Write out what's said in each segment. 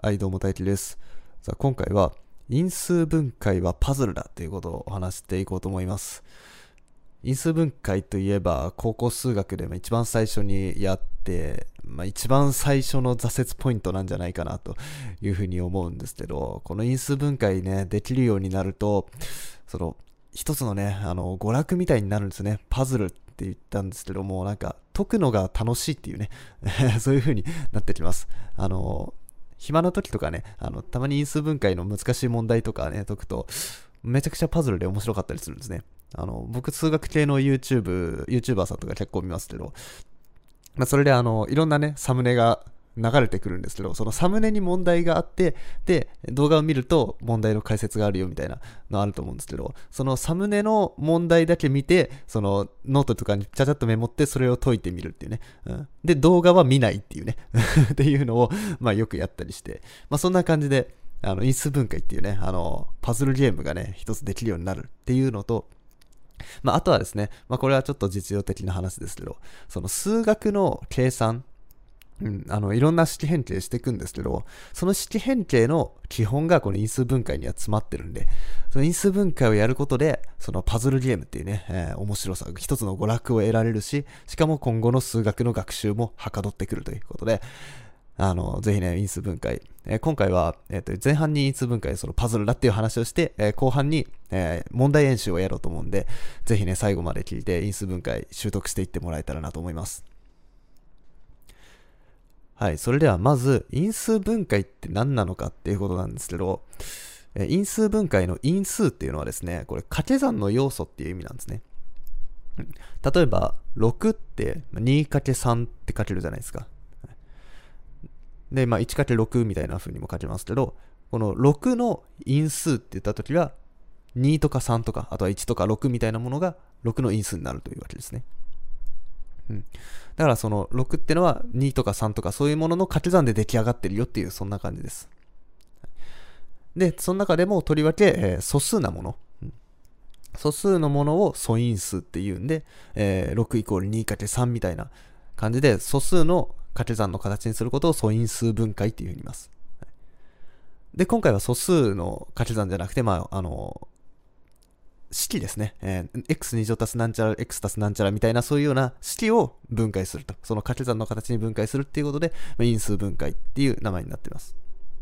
はい、どうも大輝です。さあ、今回は因数分解はパズルだということを話していこうと思います。因数分解といえば高校数学でも一番最初にやって、一番最初の挫折ポイントなんじゃないかなというふうに思うんですけど、この因数分解ね、できるようになると、その一つのね、娯楽みたいになるんですね。パズルって言ったんですけども、なんか解くのが楽しいっていうねそういう風になってきます。暇な時とかね、たまに因数分解の難しい問題とかね、解くと、めちゃくちゃパズルで面白かったりするんですね。僕、数学系のYouTuber さんとか結構見ますけど、それでいろんなね、サムネが流れてくるんですけど、そのサムネに問題があって、で、動画を見ると問題の解説があるよみたいなのあると思うんですけど、そのサムネの問題だけ見て、そのノートとかにちゃちゃっとメモってそれを解いてみるっていうね。で、動画は見ないっていうね。っていうのを、よくやったりして、そんな感じで、因数分解っていうね、パズルゲームがね、一つできるようになるっていうのと、あとはですね、これはちょっと実用的な話ですけど、その数学の計算、いろんな式変形していくんですけど、その式変形の基本がこの因数分解には詰まってるんで、その因数分解をやることで、そのパズルゲームっていうね、面白さ、一つの娯楽を得られるし、しかも今後の数学の学習もはかどってくるということで、ぜひね、因数分解。今回は、前半に因数分解、そのパズルだっていう話をして、後半に、問題演習をやろうと思うんで、ぜひね、最後まで聞いて因数分解習得していってもらえたらなと思います。はい、それではまず、因数分解って何なのかっていうことなんですけど、因数分解の因数っていうのはですね、これ掛け算の要素っていう意味なんですね。例えば、6って 2×3 って書けるじゃないですか。で、1×6 みたいな風にも書けますけど、この6の因数って言ったときは、2とか3とか、あとは1とか6みたいなものが6の因数になるというわけですね。だからその6ってのは2とか3とかそういうものの掛け算で出来上がってるよっていう、そんな感じです。で、その中でもとりわけ、素数なもの。素数のものを素因数っていうんで、6イコール 2×3 みたいな感じで素数の掛け算の形にすることを素因数分解っていうふうに言います。で、今回は素数の掛け算じゃなくて、式ですね。x2 乗足すなんちゃら、x 足すなんちゃらみたいなそういうような式を分解すると。その掛け算の形に分解するっていうことで、因数分解っていう名前になっています。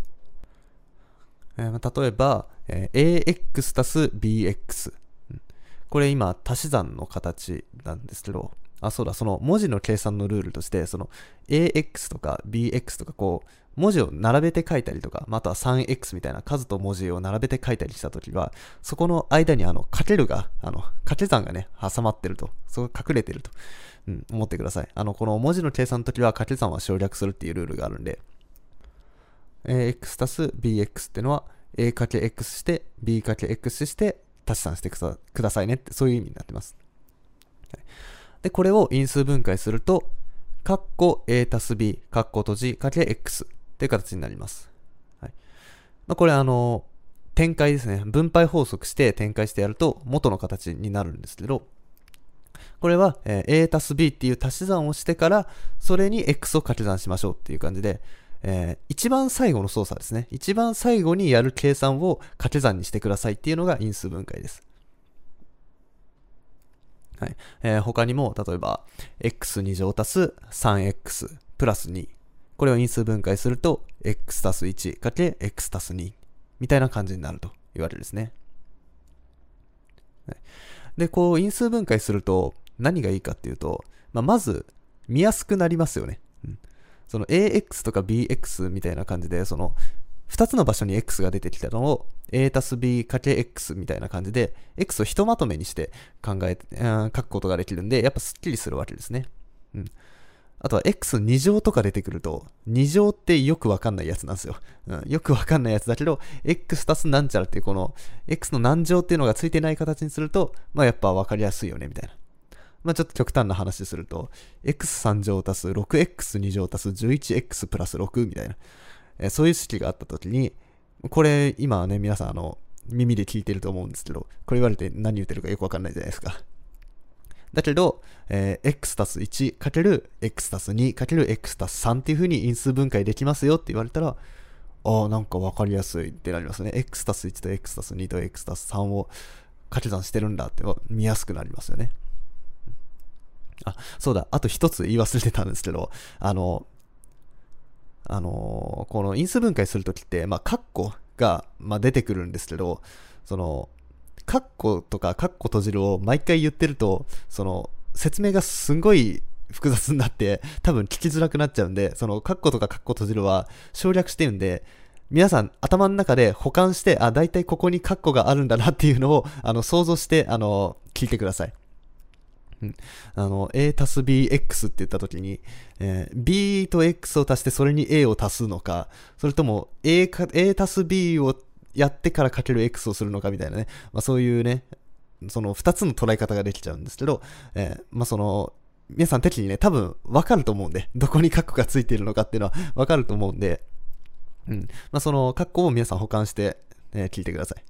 例えば、ax 足す bx。これ今、足し算の形なんですけど、そうだ、その文字の計算のルールとして、その ax とか bx とかこう、文字を並べて書いたりとか、あとは 3x みたいな数と文字を並べて書いたりしたときは、そこの間に掛けるが、掛け算がね、挟まってると、そこ隠れてると、思ってください。この文字の計算のときは掛け算は省略するっていうルールがあるんで、ax 足す bx っていうのは a×x して b×x して足し算してくださいねって、そういう意味になってます。で、これを因数分解すると、括弧 a 足す b、括弧閉じかけ x っていう形になります。はい。これ展開ですね。分配法則して展開してやると元の形になるんですけど、これは、a 足す b っていう足し算をしてから、それに x を掛け算しましょうっていう感じで、一番最後の操作ですね。一番最後にやる計算を掛け算にしてくださいっていうのが因数分解です。はい。他にも、例えば、x2 乗足す 3x プラス2。これを因数分解すると、x 足す1かけ x 足す2みたいな感じになると言われるですね。はい、で、こう、因数分解すると何がいいかっていうと、まず、見やすくなりますよね。その ax とか bx みたいな感じで、その、2つの場所に x が出てきたのを a 足す b かけ x みたいな感じで x をひとまとめにして書くことができるんで、やっぱスッキリするわけですね。あとは x2 乗とか出てくると、2乗ってよくわかんないやつなんですよ。よくわかんないやつだけど、x 足すなんちゃらっていうこの x の何乗っていうのがついてない形にすると、やっぱわかりやすいよねみたいな。ちょっと極端な話すると、x3 乗足す 6x2 乗足す 11x プラス6みたいな。そういう式があったときに、これ今はね、皆さん耳で聞いてると思うんですけど、これ言われて何言ってるかよくわかんないじゃないですか。だけど、x 足す1かける x 足す2かける x 足す3っていう風に因数分解できますよって言われたら、 なんかわかりやすいってなりますね。x たす1と x たす2と x たす3を掛け算してるんだって見やすくなりますよね。そうだ。あと一つ言い忘れてたんですけど、この因数分解するときって、カッコが、出てくるんですけど、その、カッコとかカッコ閉じるを毎回言ってると、その、説明がすんごい複雑になって、多分聞きづらくなっちゃうんで、その、カッコとかカッコ閉じるは省略してるんで、皆さん頭の中で保管して、だいたいここにカッコがあるんだなっていうのを、想像して、聞いてください。a 足す bx って言った時に、b と x を足してそれに a を足すのか、それとも a 足す b をやってからかける x をするのかみたいなね、そういうね、その2つの捉え方ができちゃうんですけど、その、皆さん適にね、多分分かると思うんで、どこにカッコがついているのかっていうのは分かると思うんで、そのカッコを皆さん保管して、聞いてください。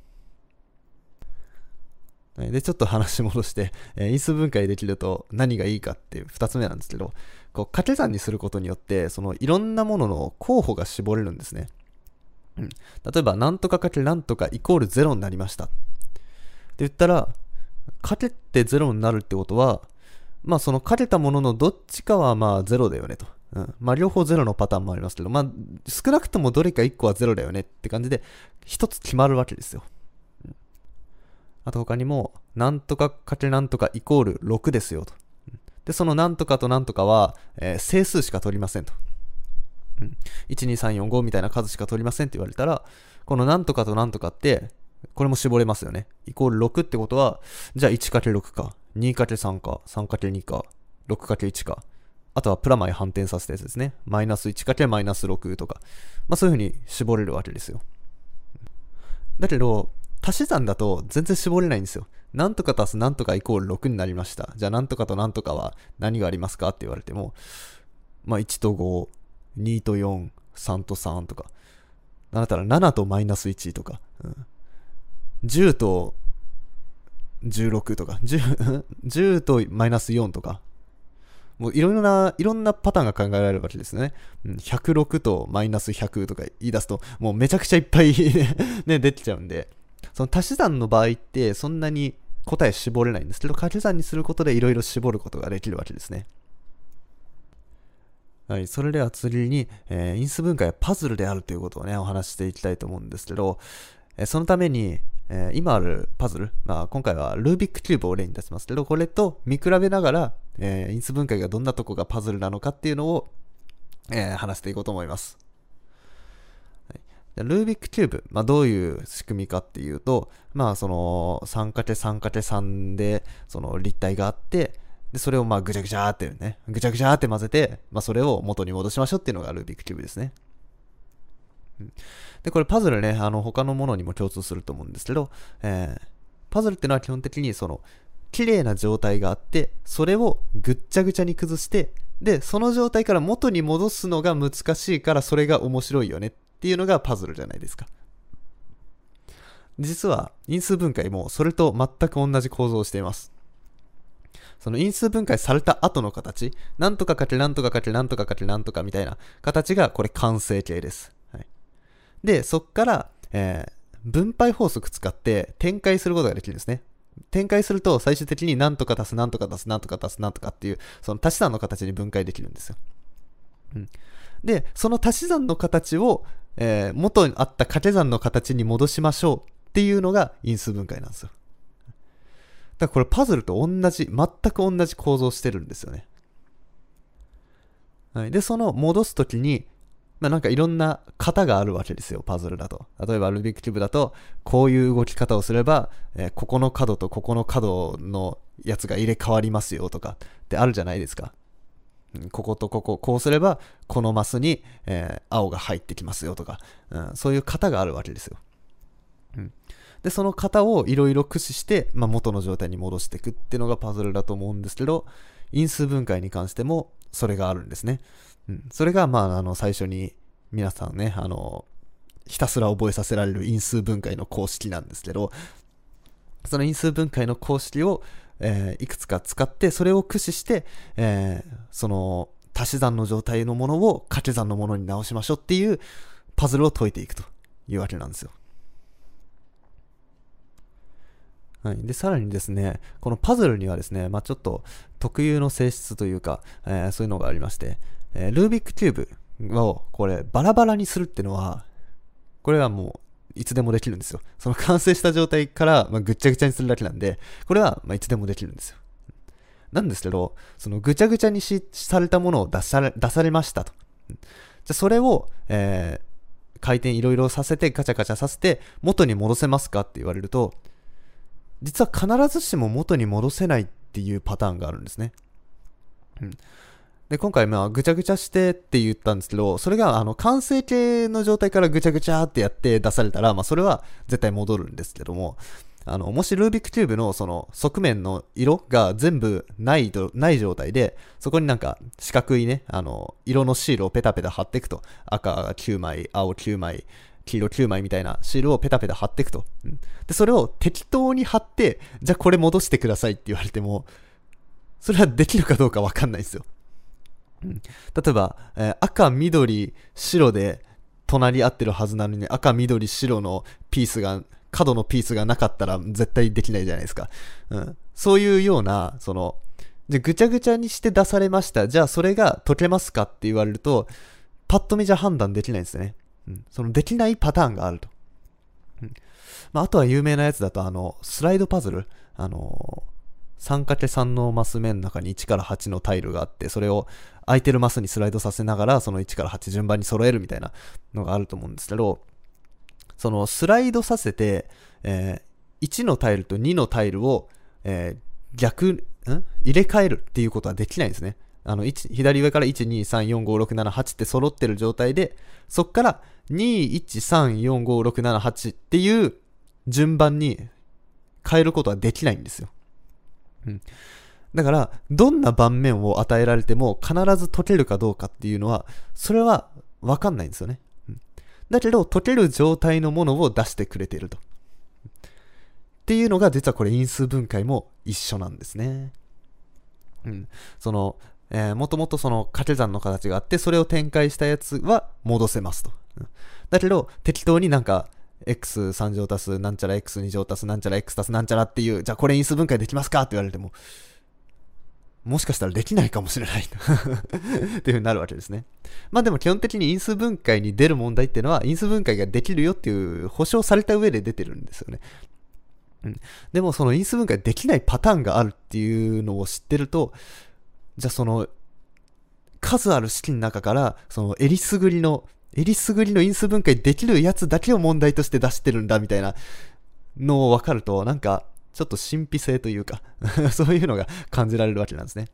で、ちょっと話戻して、因数分解できると何がいいかっていう二つ目なんですけど、掛け算にすることによって、そのいろんなものの候補が絞れるんですね。例えば、なんとかかけなんとかイコール0になりました。って言ったら、かけて0になるってことは、そのかけたもののどっちかは0だよねと。両方0のパターンもありますけど、少なくともどれか1個は0だよねって感じで、一つ決まるわけですよ。あと他にも、なんとかかけなんとかイコール6ですよと。で、そのなんとかとなんとかは、整数しか取りませんと。1、2、3、4、5みたいな数しか取りませんって言われたら、このなんとかとなんとかって、これも絞れますよね。イコール6ってことは、じゃあ 1×6 か、2×3 か、3×2 か、6×1 か。あとはプラマイ反転させたやつですね。マイナス 1× マイナス6とか。そういう風に絞れるわけですよ。だけど、足し算だと全然絞れないんですよ。なんとか足すなんとかイコール6になりました。じゃあなんとかとなんとかは何がありますかって言われても、1と5、2と4、3と3とか。なんだったら7とマイナス1とか、10と16とか、10とマイナス4とか。もういろんなパターンが考えられるわけですね。106とマイナス100とか言い出すと、もうめちゃくちゃいっぱいね、できちゃうんで、その足し算の場合ってそんなに答え絞れないんですけど、掛け算にすることでいろいろ絞ることができるわけですね。はい、それでは次に、因数分解はパズルであるということをね、お話ししていきたいと思うんですけど、そのために、今あるパズル、今回はルービックキューブを例に出しますけど、これと見比べながら、因数分解がどんなとこがパズルなのかっていうのを、話していこうと思います。ルービックキューブ、どういう仕組みかっていうと、その 3×3×3 でその立体があって、でそれをぐちゃぐちゃってね、ぐちゃぐちゃって混ぜて、それを元に戻しましょうっていうのがルービックキューブですね。で、これパズルね、他のものにも共通すると思うんですけど、パズルっていうのは基本的にその、綺麗な状態があって、それをぐっちゃぐちゃに崩して、で、その状態から元に戻すのが難しいからそれが面白いよねっていうのがパズルじゃないですか。実は因数分解もそれと全く同じ構造をしています。その因数分解された後の形、なんとかかけなんとかかけなんとかかけなんとかみたいな形がこれ完成形です。はい、で、そっから、分配法則使って展開することができるんですね。展開すると最終的になんとか足すなんとか足すなんとか足すなんとかっていうその足し算の形に分解できるんですよ。で、その足し算の形を、元にあった掛け算の形に戻しましょうっていうのが因数分解なんですよ。だからこれパズルと同じ、全く同じ構造してるんですよね。はい、で、その戻すときに、なんかいろんな型があるわけですよ、パズルだと。例えばルービックキューブだと、こういう動き方をすれば、ここの角とここの角のやつが入れ替わりますよとかってあるじゃないですか。こことここ、こうすれば、このマスに、青が入ってきますよとか、そういう型があるわけですよ。で、その型をいろいろ駆使して、元の状態に戻していくっていうのがパズルだと思うんですけど、因数分解に関してもそれがあるんですね。それが、最初に皆さんね、ひたすら覚えさせられる因数分解の公式なんですけど、その因数分解の公式を、いくつか使って、それを駆使して、その足し算の状態のものを掛け算のものに直しましょうっていうパズルを解いていくというわけなんですよ。はい、でさらにですね、このパズルにはですね、ちょっと特有の性質というか、そういうのがありまして、ルービックキューブをこれバラバラにするっていうのは、これはもういつでもできるんですよ。その完成した状態から、ぐっちゃぐちゃにするだけなんで、これはいつでもできるんですよ。なんですけど、そのぐちゃぐちゃにされたものを出されましたと。じゃあそれを、回転いろいろさせてガチャガチャさせて元に戻せますかって言われると、実は必ずしも元に戻せないっていうパターンがあるんですね。で今回ぐちゃぐちゃしてって言ったんですけど、それが完成形の状態からぐちゃぐちゃってやって出されたら、それは絶対戻るんですけども、もしルービックキューブのその側面の色が全部ない状態で、そこになんか四角いね、色のシールをペタペタ貼っていくと、赤9枚、青9枚、黄色9枚みたいなシールをペタペタ貼っていくと。で、それを適当に貼って、じゃあこれ戻してくださいって言われても、それはできるかどうかわかんないんですよ。例えば、赤、緑、白で隣り合ってるはずなのに、赤、緑、白の角のピースがなかったら絶対できないじゃないですか。そういうような、じゃぐちゃぐちゃにして出されました。じゃあそれが解けますかって言われると、パッと見じゃ判断できないんですね。そのできないパターンがあると。あとは有名なやつだと、スライドパズル。3×3 のマス目の中に1から8のタイルがあって、それを空いてるマスにスライドさせながら、その1から8順番に揃えるみたいなのがあると思うんですけど、そのスライドさせて、1のタイルと2のタイルを、入れ替えるっていうことはできないんですね。左上から1、2、3、4、5、6、7、8って揃ってる状態で、そっから2、1、3、4、5、6、7、8っていう順番に変えることはできないんですよ。だから、どんな盤面を与えられても必ず解けるかどうかっていうのは、それは分かんないんですよね。だけど、解ける状態のものを出してくれていると。っていうのが、実はこれ因数分解も一緒なんですね。もともとその掛け算の形があって、それを展開したやつは戻せますと。だけど、適当になんか、x3 乗足すなんちゃら x2 乗足すなんちゃら x 足すなんちゃらっていう、じゃあこれ因数分解できますかって言われても、もしかしたらできないかもしれないっていう風になるわけですね。でも基本的に因数分解に出る問題っていうのは、因数分解ができるよっていう保証された上で出てるんですよね。でもその因数分解できないパターンがあるっていうのを知ってると、じゃあその数ある式の中からそのえりすぐりの因数分解できるやつだけを問題として出してるんだみたいなのを分かると、なんかちょっと神秘性というかそういうのが感じられるわけなんですね。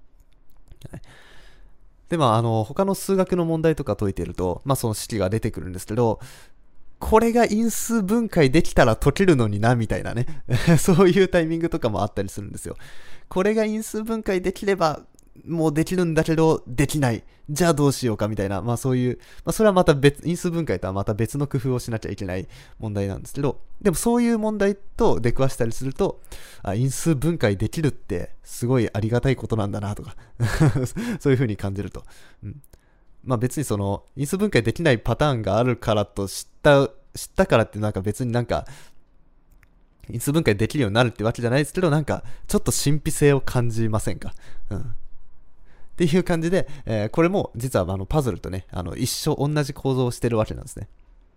で他の数学の問題とか解いていると、その式が出てくるんですけど、これが因数分解できたら解けるのになみたいなねそういうタイミングとかもあったりするんですよ。これが因数分解できればもうできるんだけどできない、じゃあどうしようかみたいな、そういう、それはまた因数分解とはまた別の工夫をしなきゃいけない問題なんですけど、でもそういう問題と出くわしたりすると、因数分解できるってすごいありがたいことなんだなとかそういう風に感じると、別にその因数分解できないパターンがあるからと知ったからってなんか別になんか因数分解できるようになるってわけじゃないですけど、なんかちょっと神秘性を感じませんか？っていう感じで、これも実はパズルとね、同じ構造をしてるわけなんですね。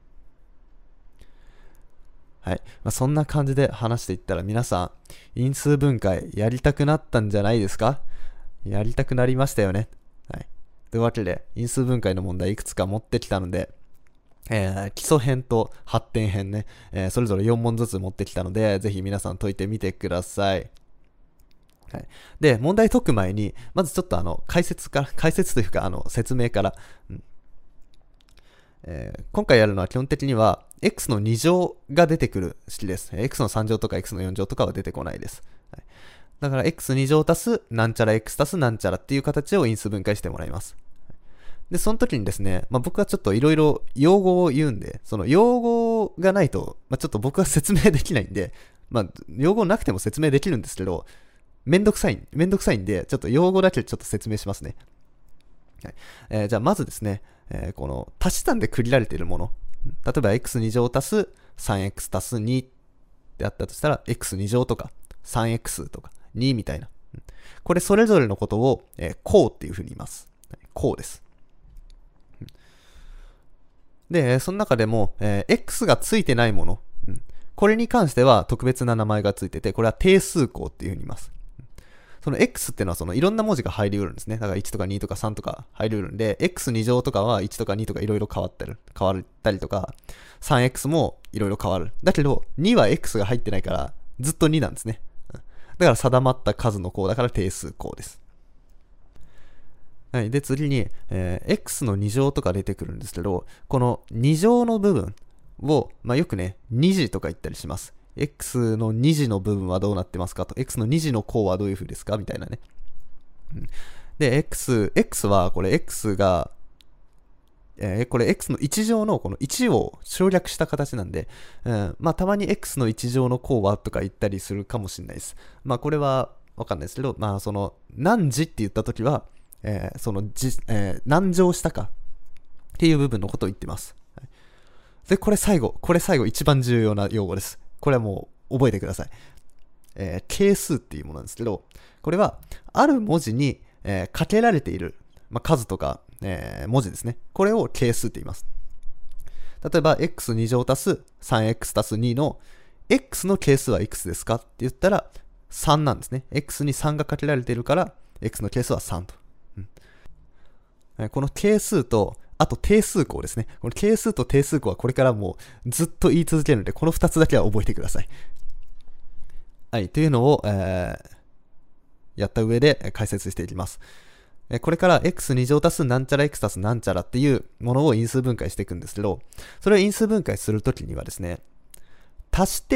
はい。そんな感じで話していったら、皆さん、因数分解やりたくなったんじゃないですか？やりたくなりましたよね。はい。というわけで、因数分解の問題いくつか持ってきたので、基礎編と発展編ね、それぞれ4問ずつ持ってきたので、ぜひ皆さん解いてみてください。はい、で、問題解く前に、まずちょっと解説というか、説明から、今回やるのは基本的には、x の2乗が出てくる式です。x の3乗とか x の4乗とかは出てこないです。はい、だから、x2 乗足すなんちゃら x 足すなんちゃらっていう形を因数分解してもらいます。で、その時にですね、僕はちょっといろいろ用語を言うんで、その用語がないと、ちょっと僕は説明できないんで、用語なくても説明できるんですけど、めんどくさいんで、ちょっと用語だけちょっと説明しますね。はい。じゃあまずですね、 この足し算で区切られているもの。例えば x2 乗足す 3x 足す2ってあったとしたら x2 乗とか 3x とか2みたいな。これそれぞれのことを、項っていうふうに言います。項です。で、その中でも、x がついてないもの。これに関しては特別な名前がついてて、これは定数項っていうふうに言います。その x っていうのはそのいろんな文字が入りうるんですね。だから1とか2とか3とか入りうるんで、x2 乗とかは1とか2とかいろいろ変わったりとか、3x もいろいろ変わる。だけど、2は x が入ってないから、ずっと2なんですね。だから定まった数の項だから定数項です。はい。で、次に、x の2乗とか出てくるんですけど、この2乗の部分を、よくね、2次とか言ったりします。x の2次の部分はどうなってますかと。x の2次の項はどういう風ですかみたいなね。で、x は、これ x が、これ x の1乗のこの1を省略した形なんで、たまに x の1乗の項はとか言ったりするかもしれないです。これはわかんないですけど、その何次って言ったときは、何乗したかっていう部分のことを言ってます。で、これ最後一番重要な用語です。これはもう覚えてください。係数っていうものなんですけど、これはある文字に、かけられている、数とか、文字ですね。これを係数って言います。例えば x2 乗足す 3x 足す2の x の係数はいくつですかって言ったら3なんですね。x に3がかけられているから x の係数は3と。この係数とあと定数項ですね。この係数と定数項はこれからもうずっと言い続けるので、この2つだけは覚えてください。はい、というのを、やった上で解説していきます。これから x2 乗足すなんちゃら x 足すなんちゃらっていうものを因数分解していくんですけど、それを因数分解するときにはですね、足して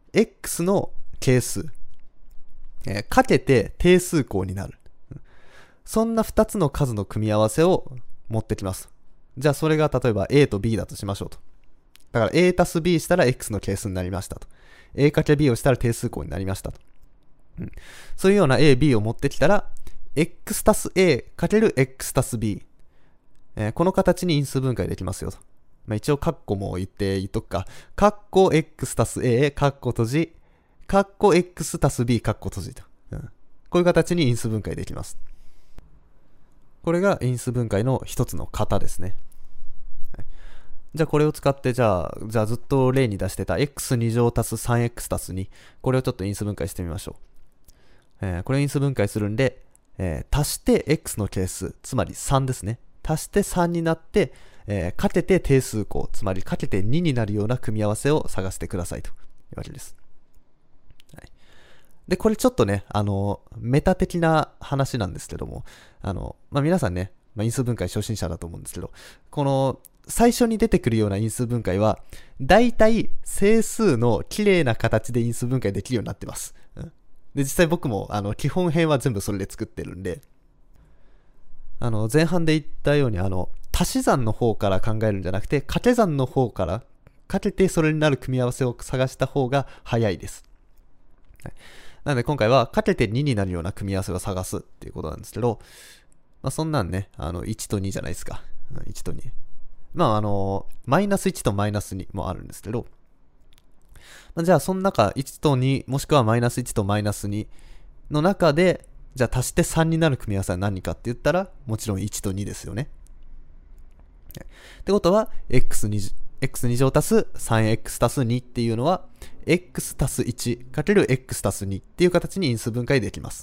x の係数、かけて定数項になる。そんな2つの数の組み合わせを持ってきます。じゃあそれが例えば a と b だとしましょうと。だから a 足す b したら x の係数になりましたと。a かけ b をしたら定数項になりましたと。そういうような a、b を持ってきたら、x 足す a かける x 足す b、この形に因数分解できますよと。一応カッコも言っとくか。カッコ x 足す a カッコ閉じ、カッコ x 足す b カッコ閉じと。こういう形に因数分解できます。これが因数分解の一つの型ですね。じゃあこれを使ってじゃあずっと例に出してた x2 乗足す 3x 足す2、これをちょっと因数分解してみましょう。これを因数分解するんで、足して x の係数、つまり3ですね。足して3になって、かけて定数項、つまりかけて2になるような組み合わせを探してくださいというわけです。はい、で、これちょっとね、メタ的な話なんですけども、皆さんね、因数分解初心者だと思うんですけど、この最初に出てくるような因数分解は、だいたい整数の綺麗な形で因数分解できるようになってます。で、実際僕も基本編は全部それで作ってるんで、前半で言ったように足し算の方から考えるんじゃなくて掛け算の方からかけてそれになる組み合わせを探した方が早いです。はい、なので今回はかけて2になるような組み合わせを探すっていうことなんですけど、そんなんね、1と2じゃないですか。1と2。マイナス1とマイナス2もあるんですけど、じゃあその中1と2もしくはマイナス1とマイナス2の中で、じゃあ足して3になる組み合わせは何かって言ったら、もちろん1と2ですよね。ってことは x2 乗足す 3x 足す2っていうのは x 足す1かける x 足す2っていう形に因数分解できます。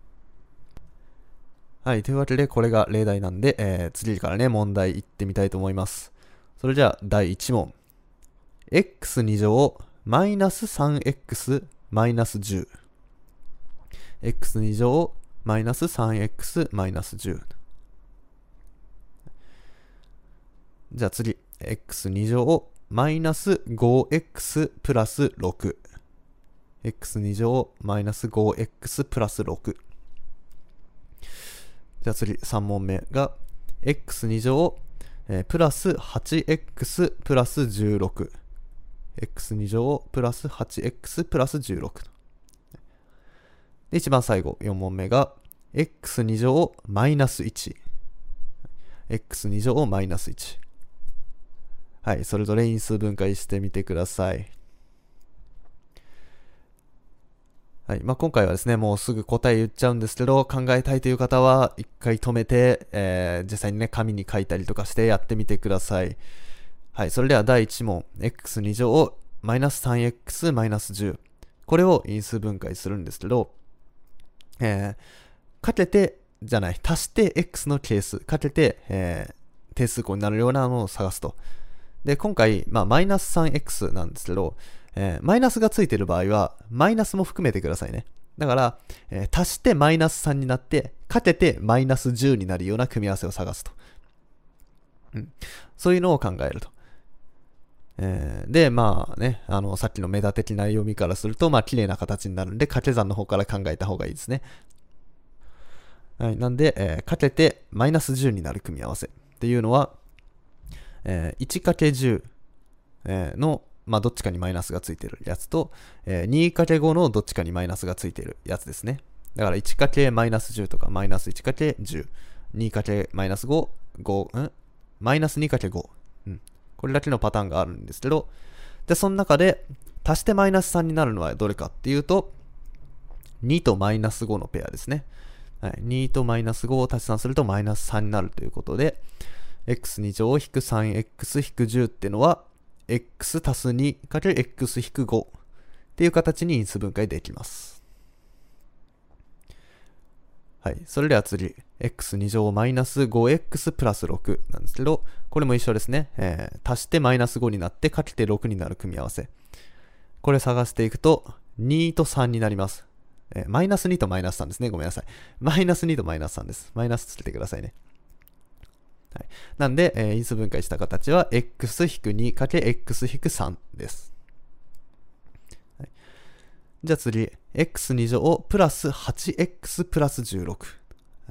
はい、というわけでこれが例題なんで、次からね問題いってみたいと思います。それじゃあ第1問。x2 乗マイナス 3x マイナス10。x2 乗マイナス 3x マイナス10。じゃあ次。x2 乗マイナス 5x プラス6。x2 乗マイナス 5x プラス6。じゃあ次3問目が x2 乗プラス 8x プラス16。x2 乗プラス 8x プラス16。で、一番最後4問目が x2 乗マイナス1。 x2 乗をマイナス1。はい、それぞれ因数分解してみてください。はい、今回はですね、もうすぐ答え言っちゃうんですけど、考えたいという方は一回止めて、実際にね、紙に書いたりとかしてやってみてください。はい、それでは第1問、x2 乗をマイナス 3x マイナス10。これを因数分解するんですけど、かけて、じゃない、足して x の係数、かけて、定数項になるようなのを探すと。で、今回、マイナス 3x なんですけど、マイナスがついている場合は、マイナスも含めてくださいね。だから、足してマイナス3になって、かけてマイナス10になるような組み合わせを探すと。そういうのを考えると。で、さっきのメタ的な読みからすると、綺麗な形になるんで、掛け算の方から考えた方がいいですね。はい、なんで、かけてマイナス10になる組み合わせっていうのは、1×10 の、どっちかにマイナスがついているやつと、2×5 のどっちかにマイナスがついているやつですね。だから 1× マイナス10とかマイナス 1×10、2× マイナス5、マイナス 2×5、これだけのパターンがあるんですけど、で、その中で足してマイナス3になるのはどれかっていうと、2とマイナス5のペアですね。はい、2とマイナス5を足し算するとマイナス3になるということで、x2 乗引く 3x 引く10っていうのは、x 足す 2×x 引く5っていう形に因数分解できます。はい。それでは次、x2 乗マイナス 5x プラス6なんですけど、これも一緒ですね。足してマイナス5になってかけて6になる組み合わせ。これ探していくと、2と3になります。マイナス2とマイナス3ですね。ごめんなさい。マイナス2とマイナス3です。マイナスつけてくださいね。はい、なんで、因数分解した形は x-2×x-3 です。はい、じゃあ次、x2 乗プラス 8x プラス16。はい、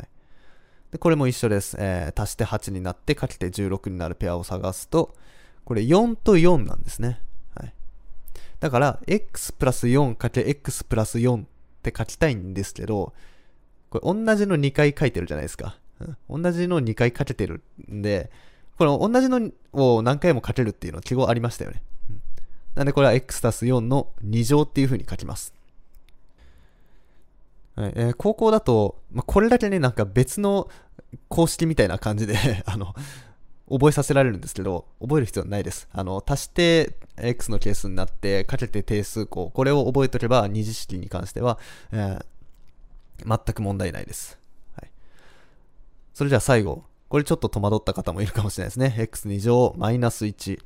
でこれも一緒です、足して8になってかけて16になるペアを探すと、これ4と4なんですね。はい、だから、x プラス 4×x プラス4って書きたいんですけど、これ同じの2回書いてるじゃないですか。同じの2回かけてるんで、この同じのを何回もかけるっていうの記号ありましたよね。なんでこれは x 足す4の2乗っていう風に書きます。はい、高校だと、これだけね、なんか別の公式みたいな感じで覚えさせられるんですけど、覚える必要はないです。足して x の係数になって、かけて定数項、これを覚えとけば二次式に関しては、全く問題ないです。それじゃあ最後。これちょっと戸惑った方もいるかもしれないですね。x2 乗マイナス1。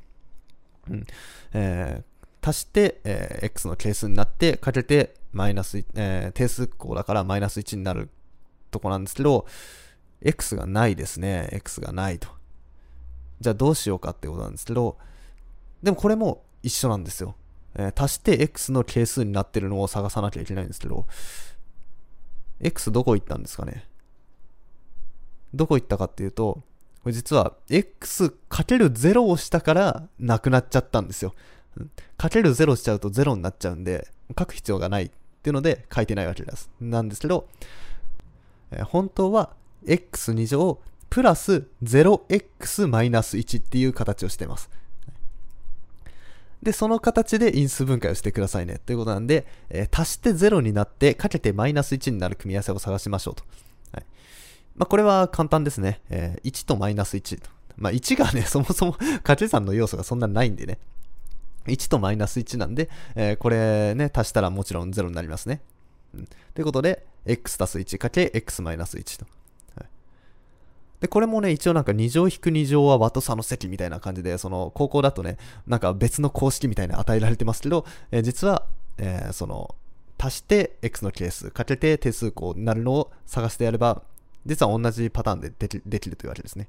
足して、x の係数になって、かけてマイナス、定数項だからマイナス1になるとこなんですけど、x がないですね。x がないと。じゃあどうしようかってことなんですけど、でもこれも一緒なんですよ。足して x の係数になってるのを探さなきゃいけないんですけど、x どこ行ったんですかね。どこ行ったかっていうと、これ実は x×0 をしたからなくなっちゃったんですよ。かける0しちゃうと0になっちゃうんで、書く必要がないっていうので書いてないわけです。なんですけど、本当は x2 乗プラス 0x マイナス1っていう形をしています。で、その形で因数分解をしてくださいねということなんで、足して0になってかけてマイナス1になる組み合わせを探しましょうと。これは簡単ですね。1とマイナス1。1がね、そもそも掛け算の要素がそんなないんでね。1とマイナス1なんで、これね、足したらもちろん0になりますね。ということで、x 足す1かけ x マイナス1と。で、これもね、一応なんか2乗引く2乗は和と差の積みたいな感じで、その高校だとね、なんか別の公式みたいに与えられてますけど、実は、その、足して x の係数かけて定数項になるのを探してやれば、実は同じパターンでできるというわけですね。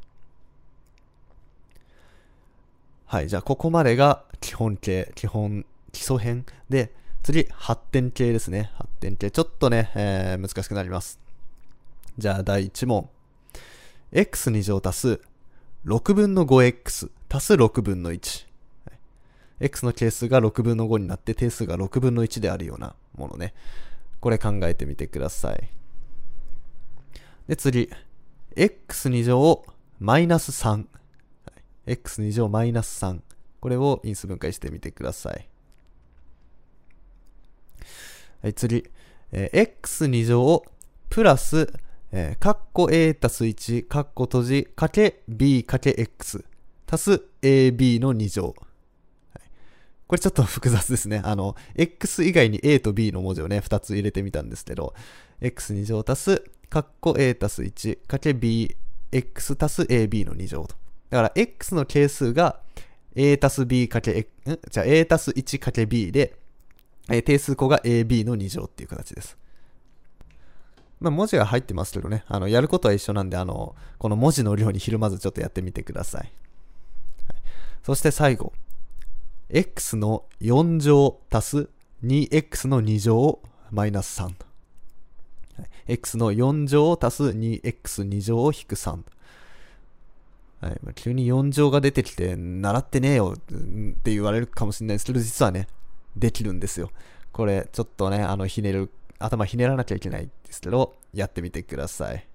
はい、じゃあここまでが基礎編で、次、発展系ですね。発展系。ちょっとね、難しくなります。じゃあ第1問。x2 乗足す6分の 5x 足す6分の1。x の係数が6分の5になって定数が6分の1であるようなものね。これ考えてみてください。で、次、x2 乗マイナス3。x2 乗マイナス3。これを因数分解してみてください。はい、次。x2 乗プラス、カッコ a たす1、カッコ閉じ、かけ b かけ x 足す ab の2乗。これちょっと複雑ですね。x 以外に a と b の文字をね、2つ入れてみたんですけど、x2 乗足す、カッコ a たす1、かけ b、x 足す ab の2乗と。だから、x の係数が a 足す b かけ、a 足す1かけ b で、定数項が ab の2乗っていう形です。まあ、文字が入ってますけどね、やることは一緒なんで、この文字の量にひるまずちょっとやってみてください。はい、そして最後、x の4乗足す 2x の2乗マイナス3と。x の4乗足す 2x2 乗を引く3。はい、急に4乗が出てきて、習ってねえよって言われるかもしれないですけど、実はね、できるんですよ。これ、ちょっとね、頭ひねらなきゃいけないんですけど、やってみてください。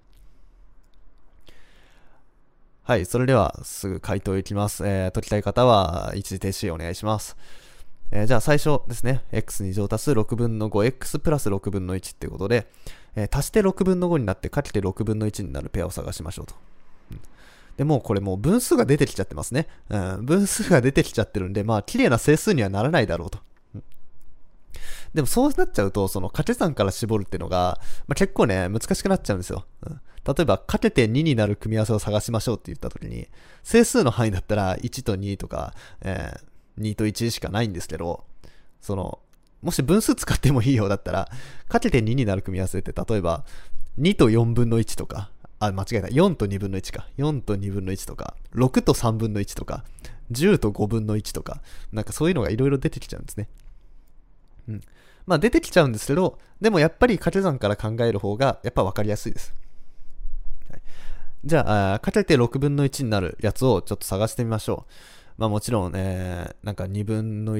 はい、それではすぐ回答いきます。解きたい方は一時停止お願いします。じゃあ最初ですね、x2 乗足す6分の 5x プラス6分の1っていうことで、足して6分の5になってかけて6分の1になるペアを探しましょうと。でもうこれもう分数が出てきちゃってますね。分数が出てきちゃってるんで、まあ綺麗な整数にはならないだろうと。でもそうなっちゃうと、その掛け算から絞るっていうのが、結構ね、難しくなっちゃうんですよ。例えば、かけて2になる組み合わせを探しましょうって言ったときに、整数の範囲だったら1と2とか、2と1しかないんですけど、もし分数使ってもいいようだったら、かけて2になる組み合わせって、例えば、2と4分の1とか、間違えた、4と2分の1か、4と2分の1とか、6と3分の1とか、10と5分の1とか、なんかそういうのがいろいろ出てきちゃうんですね。まあ出てきちゃうんですけど、でもやっぱり掛け算から考える方がやっぱ分かりやすいです。はい、じゃあ、かけて6分の1になるやつをちょっと探してみましょう。まあもちろん、なんか2分の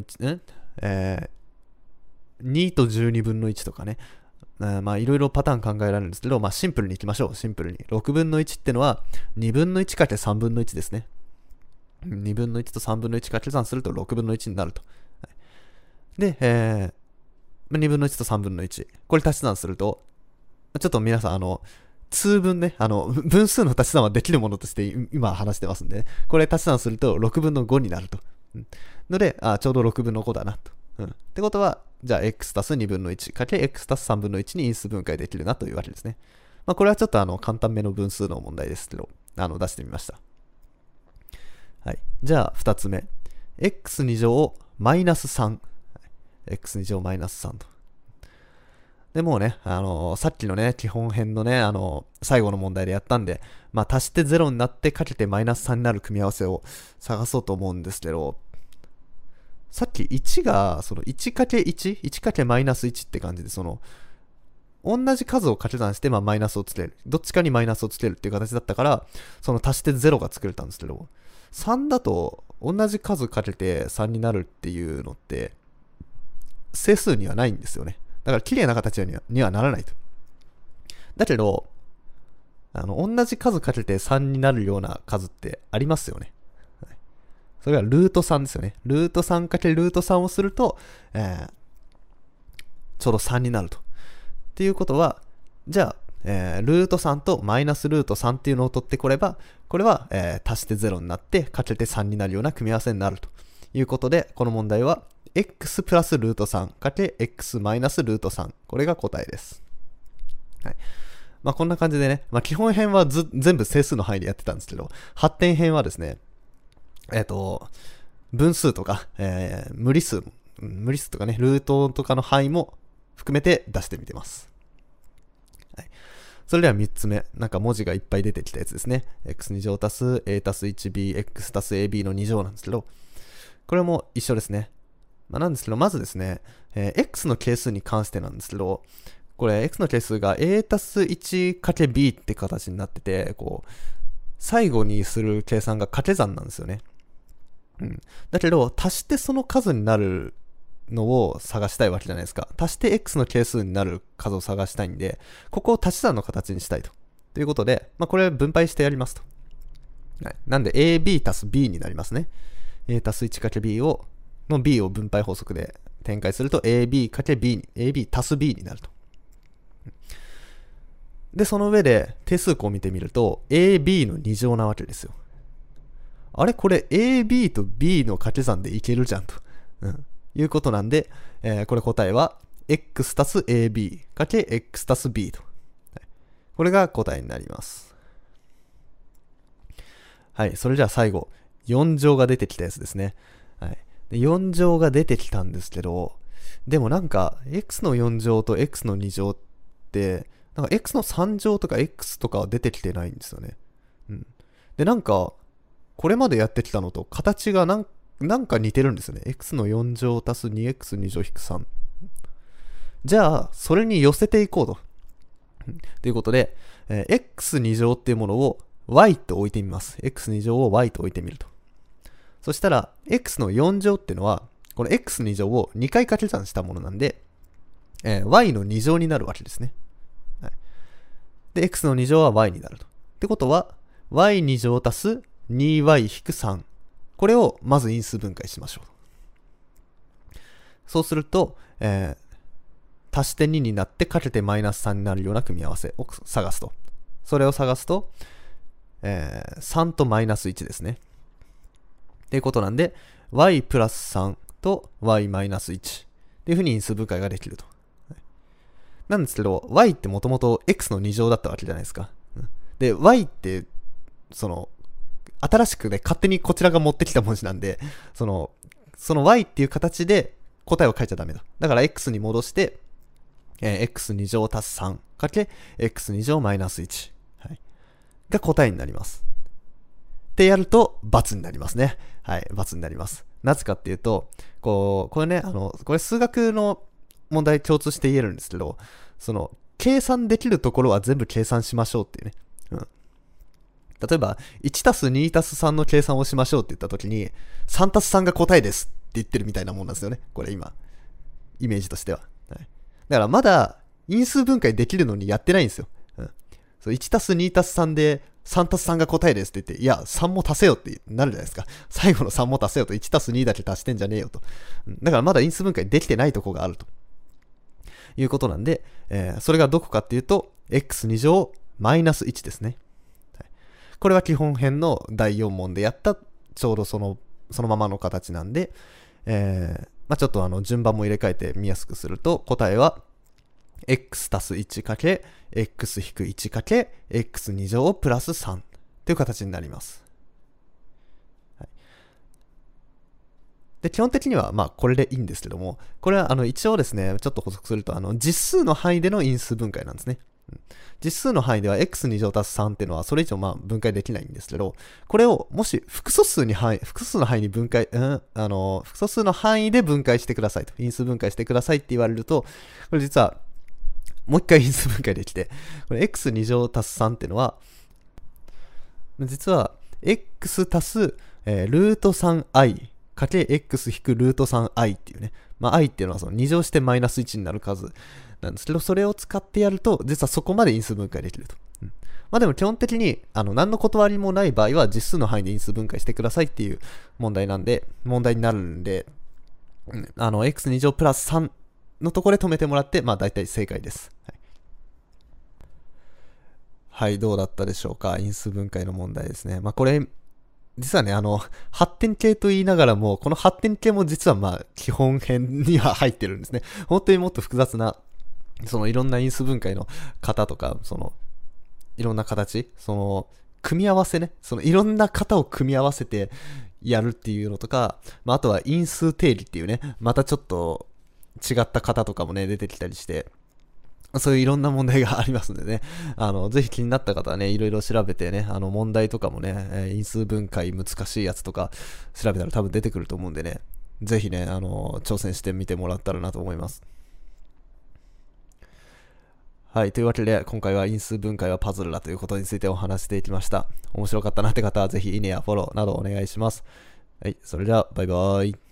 1、2と12分の1とかね。まあいろいろパターン考えられるんですけど、まあシンプルにいきましょう。シンプルに。6分の1ってのは2分の1かけ3分の1ですね。2分の1と3分の1掛け算すると6分の1になると。で、2分の1と3分の1。これ足し算すると、ちょっと皆さん、通分ね、分数の足し算はできるものとして今話してますんで、これ足し算すると6分の5になると。ので、ちょうど6分の5だなと。ってことは、じゃあ x 足す2分の1かけ x 足す3分の1に因数分解できるなというわけですね。まあ、これはちょっと簡単めの分数の問題ですけど、出してみました。はい。じゃあ2つ目。x2 乗をマイナス3。x2 乗マイナス3と。で、もうね、さっきのね、基本編のね、最後の問題でやったんで、まあ、足して0になってかけてマイナス3になる組み合わせを探そうと思うんですけど、さっき1が、1×1、1× マイナス1って感じで、同じ数を掛け算して、まあ、マイナスをつける。どっちかにマイナスをつけるっていう形だったから、足して0が作れたんですけど、3だと同じ数かけて3になるっていうのって、整数にはないんですよね。だから綺麗な形にはならないと。だけど、同じ数かけて3になるような数ってありますよね。はい、それがルート3ですよね。ルート3かけルート3をすると、ちょうど3になると。っていうことは、じゃあ、ルート3とマイナスルート3っていうのを取ってこれば、これは、足して0になってかけて3になるような組み合わせになるということで、この問題は、x プラスルート3かけ x マイナスルート3。これが答えです。はい。まあこんな感じでね、まあ基本編は全部整数の範囲でやってたんですけど、発展編はですね、分数とか、無理数とかね、ルートとかの範囲も含めて出してみてます。はい。それでは3つ目。なんか文字がいっぱい出てきたやつですね。x2 乗足す a 足す 1b、x 足す ab の2乗なんですけど、これも一緒ですね。まあ、なんですけど、まずですね、x の係数に関してなんですけど、これ x の係数が a 足す 1×b って形になってて、最後にする計算が掛け算なんですよね。だけど、足してその数になるのを探したいわけじゃないですか。足して x の係数になる数を探したいんで、ここを足し算の形にしたいと。ということで、まあ、これ分配してやりますと。 はい、なんで AB 足す B になりますね。A 足す 1×B の B を分配法則で展開すると AB×足す B になると。で、その上で定数項を見てみると AB の2乗なわけですよ。あれこれ AB と B の掛け算でいけるじゃんと、いうことなんで、これ答えは x 足す AB かけ x 足す B と。これが答えになります。はい、それじゃあ最後、4乗が出てきたやつですね。はい、で4乗が出てきたんですけど、でもなんか x の4乗と x の2乗って、なんか x の3乗とか x とかは出てきてないんですよね。で、なんか、これまでやってきたのと形がなんか似てるんですよね。x の4乗足す 2x2 乗引く3。じゃあ、それに寄せていこうと。ということで、x2 乗っていうものを y と置いてみます。x2 乗を y と置いてみると。そしたら、x の4乗っていうのは、この x2 乗を2回掛け算したものなんで、y の2乗になるわけですね。はい、で、x の2乗は y になると。ってことは、y2 乗足す 2y-3。これをまず因数分解しましょう。そうすると、足して2になってかけてマイナス3になるような組み合わせを探すと。それを探すと、3とマイナス1ですね。っていうことなんで、y プラス3と y マイナス1っていうふうに因数分解ができると。なんですけど、y ってもともと x の2乗だったわけじゃないですか。で、y って、新しくね、勝手にこちらが持ってきた文字なんで、その y っていう形で答えを書いちゃダメだ。だから x に戻して、x2 乗足す3かけ x2 乗マイナス1、はい、が答えになります。ってやると、×になりますね。はい、×になります。なぜかっていうと、これね、これ数学の問題共通して言えるんですけど、計算できるところは全部計算しましょうっていうね。例えば、1たす2たす3の計算をしましょうって言ったときに、3たす3が答えですって言ってるみたいなもんなんですよね。これ今、イメージとしては。はい、だからまだ因数分解できるのにやってないんですよ。1たす2たす3で3たす3が答えですって言って、いや、3も足せよってなるじゃないですか。最後の3も足せよと、1たす2だけ足してんじゃねえよと。だからまだ因数分解できてないとこがあると。いうことなんで、それがどこかっていうと、x2 乗マイナス1ですね。これは基本編の第4問でやったちょうどそのままの形なんで、ちょっと順番も入れ替えて見やすくすると、答えは x 足す1かけ x 引く1かけ x2 乗プラス3という形になります。はい、で基本的にはこれでいいんですけども、これは一応ですね、ちょっと補足すると実数の範囲での因数分解なんですね。実数の範囲では x2 乗足す3っていうのはそれ以上分解できないんですけど、これをもし複素数の範囲に分解、複素数の範囲で分解してくださいと、因数分解してくださいって言われると、これ実はもう一回因数分解できて、これ x2 乗足す3っていうのは、実は x 足す、ルート 3i かけ x 引くルート 3i っていうね、i っていうのは2乗してマイナス1になる数なんですけど、それを使ってやると、実はそこまで因数分解できると。でも基本的に、何の断りもない場合は、実数の範囲で因数分解してくださいっていう問題になるんで、x2 乗プラス3のところで止めてもらって、大体正解です。はい、どうだったでしょうか。因数分解の問題ですね。これ、実はね、発展系と言いながらも、この発展系も実は基本編には入ってるんですね。本当にもっと複雑な、いろんな因数分解の型とか、いろんな形、組み合わせね、いろんな型を組み合わせてやるっていうのとか、あとは因数定理っていうね、またちょっと違った型とかもね、出てきたりして、そういういろんな問題がありますのでね、ぜひ気になった方はね、いろいろ調べてね、問題とかもね、因数分解難しいやつとか調べたら多分出てくると思うんでね、ぜひね、挑戦してみてもらったらなと思います。はい、というわけで今回は因数分解はパズルだということについてお話していきました。面白かったなって方はぜひいいねやフォローなどお願いします。はい、それではバイバーイ。